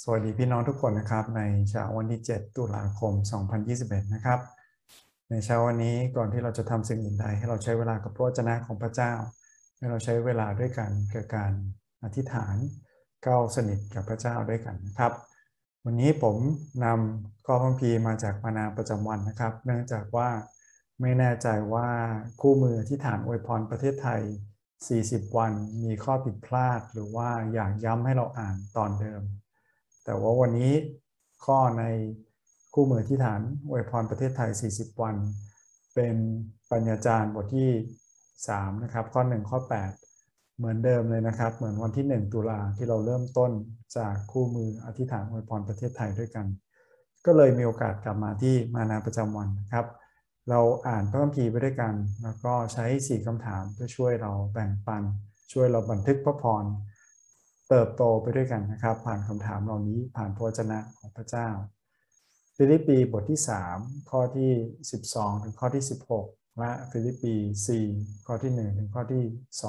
สวัสดีพี่น้องทุกคนนะครับในเช้าวันที่7ตุลาคม2021นะครับในเช้าวันนี้ก่อนที่เราจะทำสิ่งอื่นใดให้เราใช้เวลากับพระวจนะของพระเจ้าให้เราใช้เวลาด้วยกันกับการอธิษฐานเข้าสนิทกับพระเจ้าด้วยกันนะครับวันนี้ผมนำข้อพระคัมภีร์มาจากมานาประจำวันนะครับเนื่องจากว่าไม่แน่ใจว่าคู่มืออธิษฐานอวยพรประเทศไทย40วันมีข้อผิดพลาดหรือว่าอยากย้ำให้เราอ่านตอนเดิมแต่ว่าวันนี้ข้อในคู่มือที่ฐานอวยพรประเทศไทย40วันเป็นปัญญาจารย์บทที่3นะครับข้อ1ข้อ8เหมือนเดิมเลยนะครับเหมือนวันที่1ตุลาที่เราเริ่มต้นจากคู่มืออธิษฐานอวยพรประเทศไทยด้วยกันก็เลยมีโอกาสกลับมาที่มานาประจำวันนะครับเราอ่านพระคัมภีร์ไปด้วยกันแล้วก็ใช้4คำถามเพื่อช่วยเราแบ่งปันช่วยเราบันทึกพระพรเติบโตไปด้วยกันนะครับผ่านคำถามเหล่านี้ผ่านพระวจนะของพระเจ้าฟิลิปปีบทที่3ข้อที่12ถึงข้อที่16และฟิลิปปี4ข้อที่1ถึงข้อที่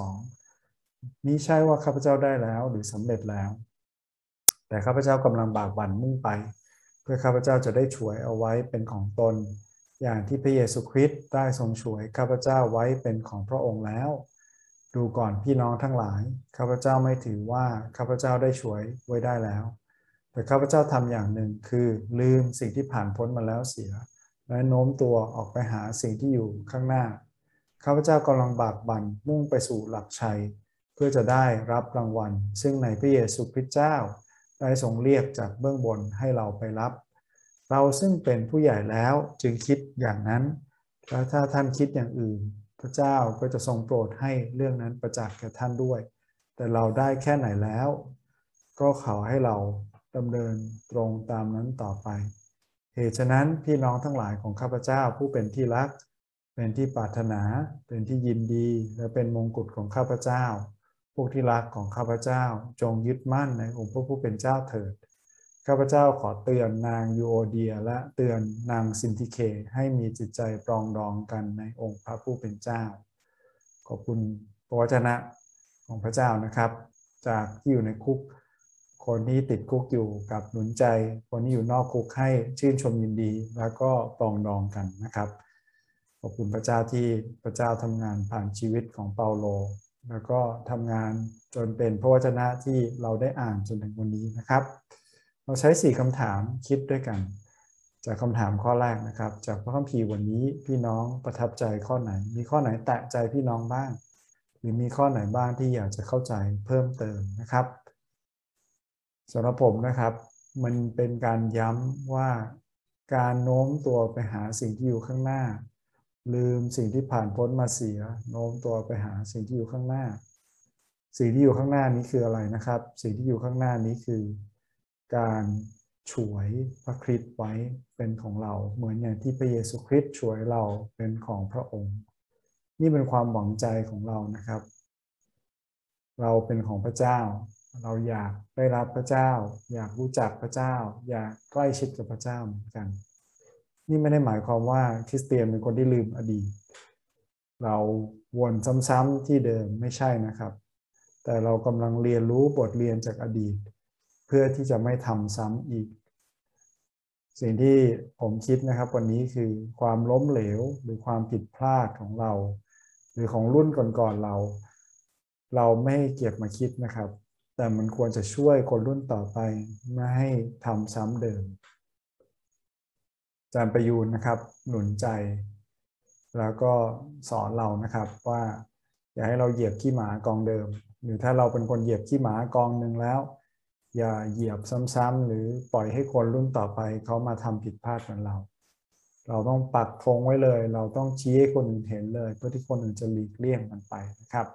2นี้ใช่ว่าข้าพเจ้าได้แล้วหรือสำเร็จแล้วแต่ข้าพเจ้ากำลังบากบั่นมุ่งไปเพื่อข้าพเจ้าจะได้ฉวยเอาไว้เป็นของตนอย่างที่พระเยซูคริสต์ได้ทรงฉวยข้าพเจ้าไว้เป็นของพระองค์แล้วดูก่อนพี่น้องทั้งหลายข้าพเจ้าไม่ถือว่าข้าพเจ้าได้ฉวยไว้ได้แล้วแต่ข้าพเจ้าทำอย่างหนึ่งคือลืมสิ่งที่ผ่านพ้นมาแล้วเสียและโน้มตัวออกไปหาสิ่งที่อยู่ข้างหน้าข้าพเจ้ากำลังบากบั่นมุ่งไปสู่หลักชัยเพื่อจะได้รับรางวัลซึ่งในพระเยซูคริสต์เจ้าได้ทรงเรียกจากเบื้องบนให้เราไปรับเราซึ่งเป็นผู้ใหญ่แล้วจึงคิดอย่างนั้นและถ้าท่านคิดอย่างอื่นพระเจ้าก็จะทรงโปรดให้เรื่องนั้นประจักษ์แก่ท่านด้วยแต่เราได้แค่ไหนแล้วก็ขอให้เราดำเนินตรงตามนั้นต่อไปเหตุฉะนั้นพี่น้องทั้งหลายของข้าพเจ้าผู้เป็นที่รักเป็นที่ปรารถนาเป็นที่ยินดีและเป็นมงกุฎของข้าพเจ้าพวกที่รักของข้าพเจ้าจงยึดมั่นในองค์พระผู้เป็นเจ้าเถิดข้าพเจ้าขอเตือนนางยูโอเดียและเตือนนางซินทิเคให้มีจิตใจปรองดองกันในองค์พระผู้เป็นเจ้าขอบคุณพระวจนะของพระเจ้านะครับจากที่อยู่ในคุกคนที่ติดคุกอยู่กับหนุนใจคนที่อยู่นอกคุกให้ชื่นชมยินดีแล้วก็ปรองดองกันนะครับขอบคุณพระเจ้าที่พระเจ้าทำงานผ่านชีวิตของเปาโลแล้วก็ทำงานจนเป็นพระวจนะที่เราได้อ่านจนถึงวันนี้นะครับเราใช้4คำถามคิดด้วยกันจากคำถามข้อแรกนะครับจากพระคัมภีร์วันนี้พี่น้องประทับใจข้อไหนมีข้อไหนแตะใจพี่น้องบ้างหรือมีข้อไหนบ้างที่อยากจะเข้าใจเพิ่มเติมนะครับสำหรับผมนะครับมันเป็นการย้ำว่าการโน้มตัวไปหาสิ่งที่อยู่ข้างหน้าลืมสิ่งที่ผ่านพ้นมาเสียโน้มตัวไปหาสิ่งที่อยู่ข้างหน้าสิ่งที่อยู่ข้างหน้านี้คืออะไรนะครับสิ่งที่อยู่ข้างหน้านี้คือการฉวยพระคริสต์ไว้เป็นของเราเหมือนอย่างที่พระเยซูคริสต์ฉวยเราเป็นของพระองค์นี่เป็นความหวังใจของเรานะครับเราเป็นของพระเจ้าเราอยากได้รับพระเจ้าอยากรู้จักพระเจ้าอยากใกล้ชิดกับพระเจ้าเหมือนกันนี่ไม่ได้หมายความว่าคริสเตียนเป็นคนที่ลืมอดีตเราวนซ้ำๆที่เดิมไม่ใช่นะครับแต่เรากำลังเรียนรู้บทเรียนจากอดีตเพื่อที่จะไม่ทำซ้ำอีกสิ่งที่ผมคิดนะครับวันนี้คือความล้มเหลวหรือความผิดพลาดของเราหรือของรุ่นก่อนๆเราไม่เก็บมาคิดนะครับแต่มันควรจะช่วยคนรุ่นต่อไปไม่ให้ทำซ้ำเดิมอาจารย์ประยูนนะครับหนุนใจแล้วก็สอนเรานะครับว่าอย่าให้เราเหยียบขี้หมากองเดิมหรือถ้าเราเป็นคนเหยียบขี้หมากองหนึ่งแล้วอย่าเหยียบซ้ำๆหรือปล่อยให้คนรุ่นต่อไปเขามาทำผิดพลาดเหมือนเราต้องปักธงไว้เลยเราต้องชี้ให้คนอื่นเห็นเลยเพื่อที่คนอื่นจะหลีกเลี่ยงมันไปนะครับ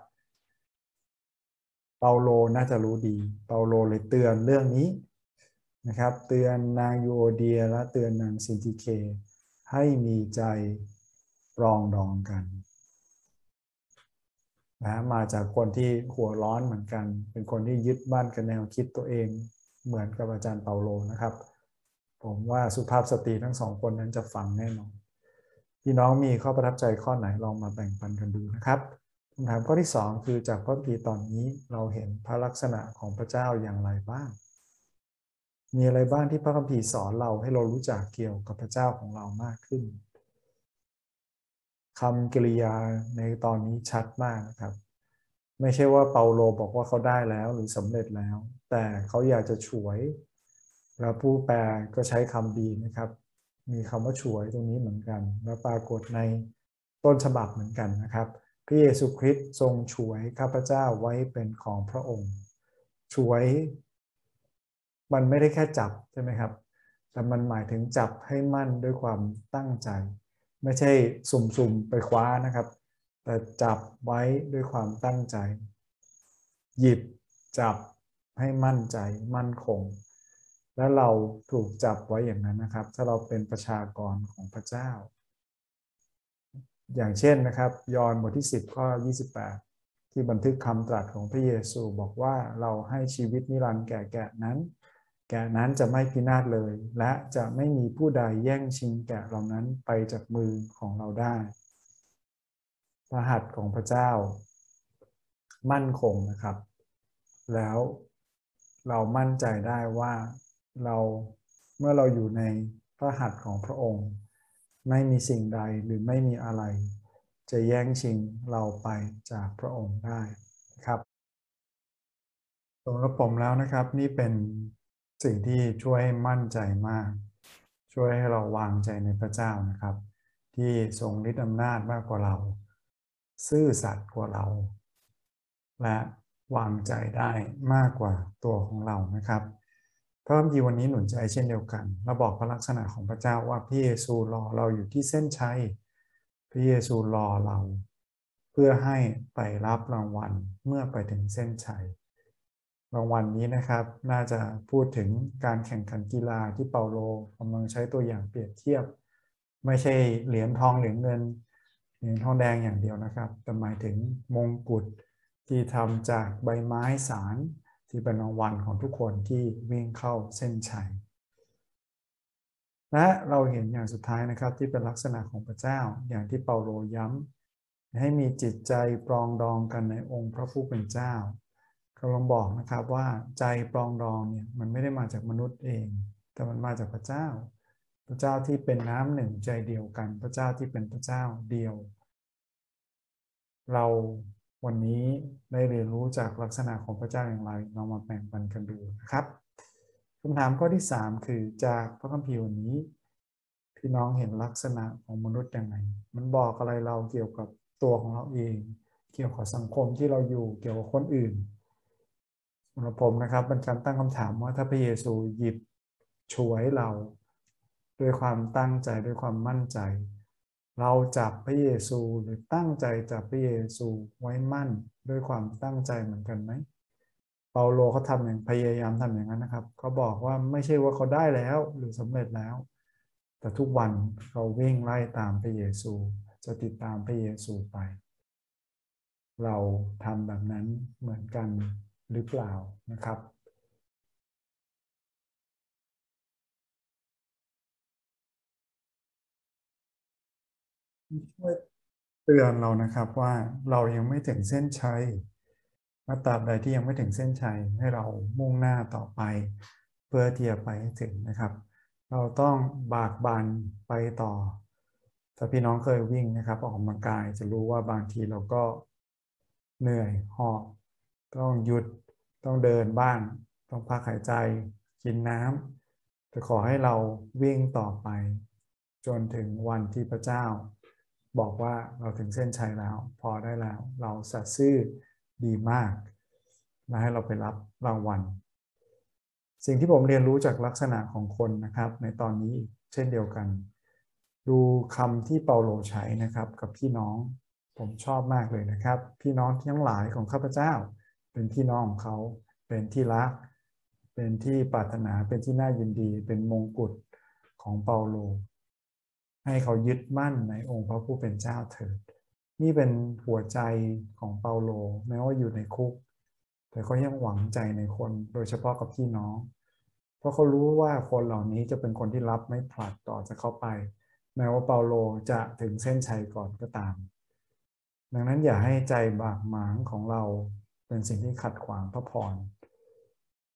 เปาโลน่าจะรู้ดีเปาโลเลยเตือนเรื่องนี้นะครับเตือนนางยูโอเดียและเตือนนางซินติเคให้มีใจปรองดองกันนะมาจากคนที่หัวร้อนเหมือนกันเป็นคนที่ยึดมั่นกับแนวคิดตัวเองเหมือนกับอาจารย์เปาโลนะครับผมว่าสุภาพสตรีทั้งสองคนนั้นจะฟังแน่นอนพี่น้องมีข้อประทับใจข้อไหนลองมาแบ่งปันกันดูนะครับคำถามข้อที่2คือจากพระคัมภีร์ตอนนี้เราเห็นพระลักษณะของพระเจ้าอย่างไรบ้างมีอะไรบ้างที่พระคัมภีร์สอนเราให้เรารู้จักเกี่ยวกับพระเจ้าของเรามากขึ้นคำกริยาในตอนนี้ชัดมากนะครับไม่ใช่ว่าเปาโลบอกว่าเขาได้แล้วหรือสำเร็จแล้วแต่เขาอยากจะฉวยแล้วผู้แปลก็ใช้คำดีนะครับมีคำว่าฉวยตรงนี้เหมือนกันแล้วปรากฏในต้นฉบับเหมือนกันนะครับพระเยซูคริสต์ทรงฉวยข้าพเจ้าไว้เป็นของพระองค์ฉวยมันไม่ได้แค่จับใช่ไหมครับแต่มันหมายถึงจับให้มั่นด้วยความตั้งใจไม่ใช่สุ่มๆไปคว้านะครับแต่จับไว้ด้วยความตั้งใจหยิบจับให้มั่นใจมั่นคงและเราถูกจับไว้อย่างนั้นนะครับถ้าเราเป็นประชากรของพระเจ้าอย่างเช่นนะครับยอห์นบทที่10ข้อ28ที่บันทึกคำตรัสของพระเยซูบอกว่าเราให้ชีวิตนิรันดร์แก่แกะนั้นแกะนั้นจะไม่พินาศเลยและจะไม่มีผู้ใดแย่งชิงแกะเหล่านั้นไปจากมือของเราได้พระหัตถ์ของพระเจ้ามั่นคงนะครับแล้วเรามั่นใจได้ว่าเราเมื่อเราอยู่ในพระหัตถ์ของพระองค์ไม่มีสิ่งใดหรือไม่มีอะไรจะแย่งชิงเราไปจากพระองค์ได้ครับสำหรับผมแล้วนะครับนี่เป็นสิ่งที่ช่วยให้มั่นใจมากช่วยให้เราวางใจในพระเจ้านะครับที่ทรงฤทธิ์อำนาจมากกว่าเราซื่อสัตย์กว่าเราและวางใจได้มากกว่าตัวของเรานะครับพระคัมภีร์วันนี้หนุนใจเช่นเดียวกันเราบอกพระลักษณะของพระเจ้าว่าพระเยซูรอเราอยู่ที่เส้นชัยพระเยซูรอเราเพื่อให้ไปรับรางวัลเมื่อไปถึงเส้นชัยรางวัลนี้นะครับน่าจะพูดถึงการแข่งขันกีฬาที่เปาโลกำลังใช้ตัวอย่างเปรียบเทียบไม่ใช่เหรียญทองเหรียญเงินเหรียญทองแดงอย่างเดียวนะครับแต่หมายถึงมงกุฎที่ทำจากใบไม้สารที่เป็นรางวัลของทุกคนที่วิ่งเข้าเส้นชัยและเราเห็นอย่างสุดท้ายนะครับที่เป็นลักษณะของพระเจ้าอย่างที่เปาโลย้ำให้มีจิตใจปรองดองกันในองค์พระผู้เป็นเจ้ากำลังบอกนะครับว่าใจปรองดองเนี่ยมันไม่ได้มาจากมนุษย์เองแต่มันมาจากพระเจ้าพระเจ้าที่เป็นน้ำหนึ่งใจเดียวกันพระเจ้าที่เป็นพระเจ้าเดียวเราวันนี้ได้เรียนรู้จากลักษณะของพระเจ้าอย่างไรเรามาแบ่งปันกันดูนะครับคำถามข้อที่3คือจากพระคัมภีร์วันนี้พี่น้องเห็นลักษณะของมนุษย์ยังไงมันบอกอะไรเราเกี่ยวกับตัวของเราเองเกี่ยวกับสังคมที่เราอยู่เกี่ยวกับคนอื่นสำหรับผมนะครับเป็นการตั้งคำถามว่าถ้าพระเยซูหยิบฉวยเราด้วยความตั้งใจด้วยความมั่นใจเราจับพระเยซูหรือตั้งใจจับพระเยซูไว้มั่นด้วยความตั้งใจเหมือนกันไหมเปาโลเขาทำอย่างพยายามทำอย่างนั้นนะครับเขาบอกว่าไม่ใช่ว่าเขาได้แล้วหรือสำเร็จแล้วแต่ทุกวันเขาวิ่งไล่ตามพระเยซูจะติดตามพระเยซูไปเราทำแบบนั้นเหมือนกันหรือเปล่านะครับช่วยเตือนเรานะครับว่าเรายังไม่ถึงเส้นชัยถ้าตราบใดที่ยังไม่ถึงเส้นชัยให้เรามุ่งหน้าต่อไปเพื่อที่จะไปให้ถึงนะครับเราต้องบากบั่นไปต่อถ้าพี่น้องเคยวิ่งนะครับออกกำลังกายจะรู้ว่าบางทีเราก็เหนื่อยหอบต้องหยุดต้องเดินบ้างต้องพักหายใจกินน้ำจะขอให้เราวิ่งต่อไปจนถึงวันที่พระเจ้าบอกว่าเราถึงเส้นชัยแล้วพอได้แล้วเราสัตย์ซื่อดีมากและให้เราไปรับรางวัลสิ่งที่ผมเรียนรู้จากลักษณะของคนนะครับในตอนนี้เช่นเดียวกันดูคำที่เปาโลใช้นะครับกับพี่น้องผมชอบมากเลยนะครับพี่น้องทั้งหลายของข้าพเจ้าเป็นพี่น้องของเขาเป็นที่รักเป็นที่ปรารถนาเป็นที่น่ายินดีเป็นมงกุฎของเปาโลให้เขายึดมั่นในองค์พระผู้เป็นเจ้าเถิดนี่เป็นหัวใจของเปาโลแม้ว่าอยู่ในคุกแต่เขายังหวังใจในคนโดยเฉพาะกับพี่น้องเพราะเขารู้ว่าคนเหล่านี้จะเป็นคนที่รับไม่ผลัดต่อจากเขาไปแม้ว่าเปาโลจะถึงเส้นชัยก่อนก็ตามดังนั้นอย่าให้ใจบากหมางของเราเป็นสิ่งที่ขัดขวางพระพร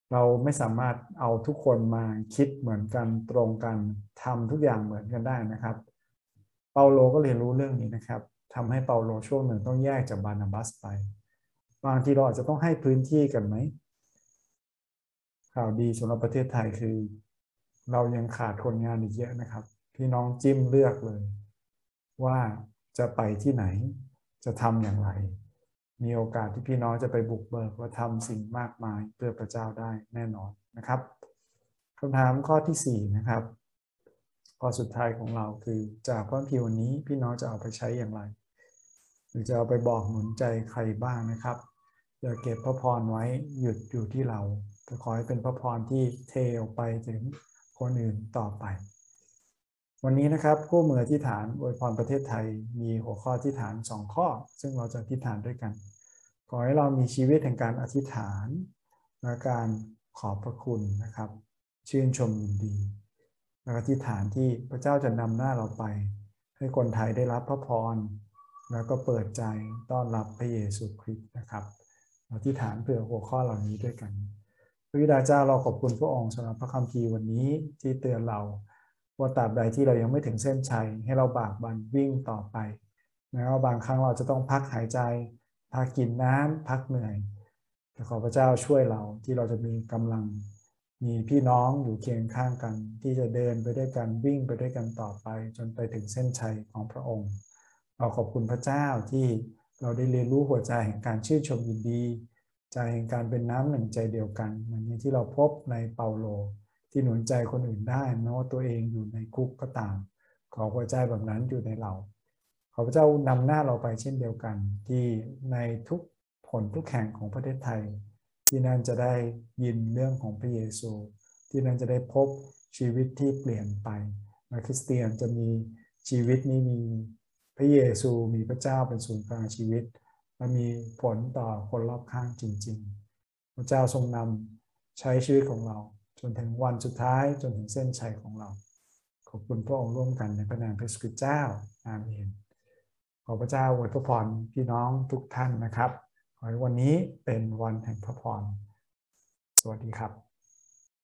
เราไม่สามารถเอาทุกคนมาคิดเหมือนกันตรงกันทำทุกอย่างเหมือนกันได้นะครับเปาโลก็เรียนรู้เรื่องนี้นะครับทำให้เปาโลช่วงหนึ่งต้องแยกจากบานาบัสไปบางทีเราอาจจะต้องให้พื้นที่กันไหมข่าวดีสำหรับประเทศไทยคือเรายังขาดคนงานอีกเยอะนะครับพี่น้องจิ้มเลือกเลยว่าจะไปที่ไหนจะทำอย่างไรมีโอกาสที่พี่น้องจะไปบุกเบิกว่าทำสิ่งมากมายเพื่อพระเจ้าได้แน่นอนนะครับคำถามข้อที่4นะครับข้อสุดท้ายของเราคือจากพระคัมภีร์วันนี้พี่น้องจะเอาไปใช้อย่างไรหรือจะเอาไปบอกหนุนใจใครบ้างนะครับอย่าเก็บพระพรไว้หยุดอยู่ที่เราแต่ขอให้เป็นพระพรที่เทออกไปถึงคนอื่นต่อไปวันนี้นะครับคู่มืออธิษฐานอวยพรประเทศไทยมีหัวข้ออธิษฐาน2ข้อซึ่งเราจะอธิษฐานด้วยกันขอให้เรามีชีวิตแห่งการอธิษฐานและการขอบพระคุณนะครับชื่นชมยินดีและอธิษฐานที่พระเจ้าจะนำหน้าเราไปให้คนไทยได้รับพระพรแล้วก็เปิดใจต้อนรับพระเยซูคริสต์นะครับอธิษฐานเพื่อหัวข้อเหล่านี้ด้วยกันพระบิดาเจ้าเราขอบคุณพระองค์สำหรับพระคัมภีร์วันนี้ที่เตือนเราว่าตราบใดที่เรายังไม่ถึงเส้นชัยให้เราบากบั่นวิ่งต่อไปแม้ว่าบางครั้งเราจะต้องพักหายใจพักกินน้ำพักเหนื่อยแต่ขอพระเจ้าช่วยเราที่เราจะมีกำลังมีพี่น้องอยู่เคียงข้างกันที่จะเดินไปด้วยกันวิ่งไปด้วยกันต่อไปจนไปถึงเส้นชัยของพระองค์เราขอบคุณพระเจ้าที่เราได้เรียนรู้หัวใจแห่งการชื่นชมยินดีใจแห่งการเป็นน้ำหนึ่งใจเดียวกันเหมือนที่เราพบในเปาโลที่หนุนใจคนอื่นได้แม้ว่าตัวเองอยู่ในคุกก็ตามขอหัวใจแบบนั้นอยู่ในเราขอพระเจ้านำหน้าเราไปเช่นเดียวกันที่ในทุกผลทุกแห่งของประเทศไทยที่นั่นจะได้ยินเรื่องของพระเยซูที่นั่นจะได้พบชีวิตที่เปลี่ยนไปและคริสเตียนจะมีชีวิตนี้มีพระเยซูมีพระเจ้าเป็นศูนย์กลางชีวิตและมีผลต่อคนรอบข้างจริงๆพระเจ้าทรงนำใช้ชีวิตของเราจนถึงวันสุดท้ายจนถึงเส้นชัยของเราขอบคุณพระองค์ร่วมกันในพระนามพระคริสต์เจ้าอาเมนขอพระเจ้าอวยพรพี่น้องทุกท่านนะครับขอให้วันนี้เป็นวันแห่งพระพรสวัสดีครับ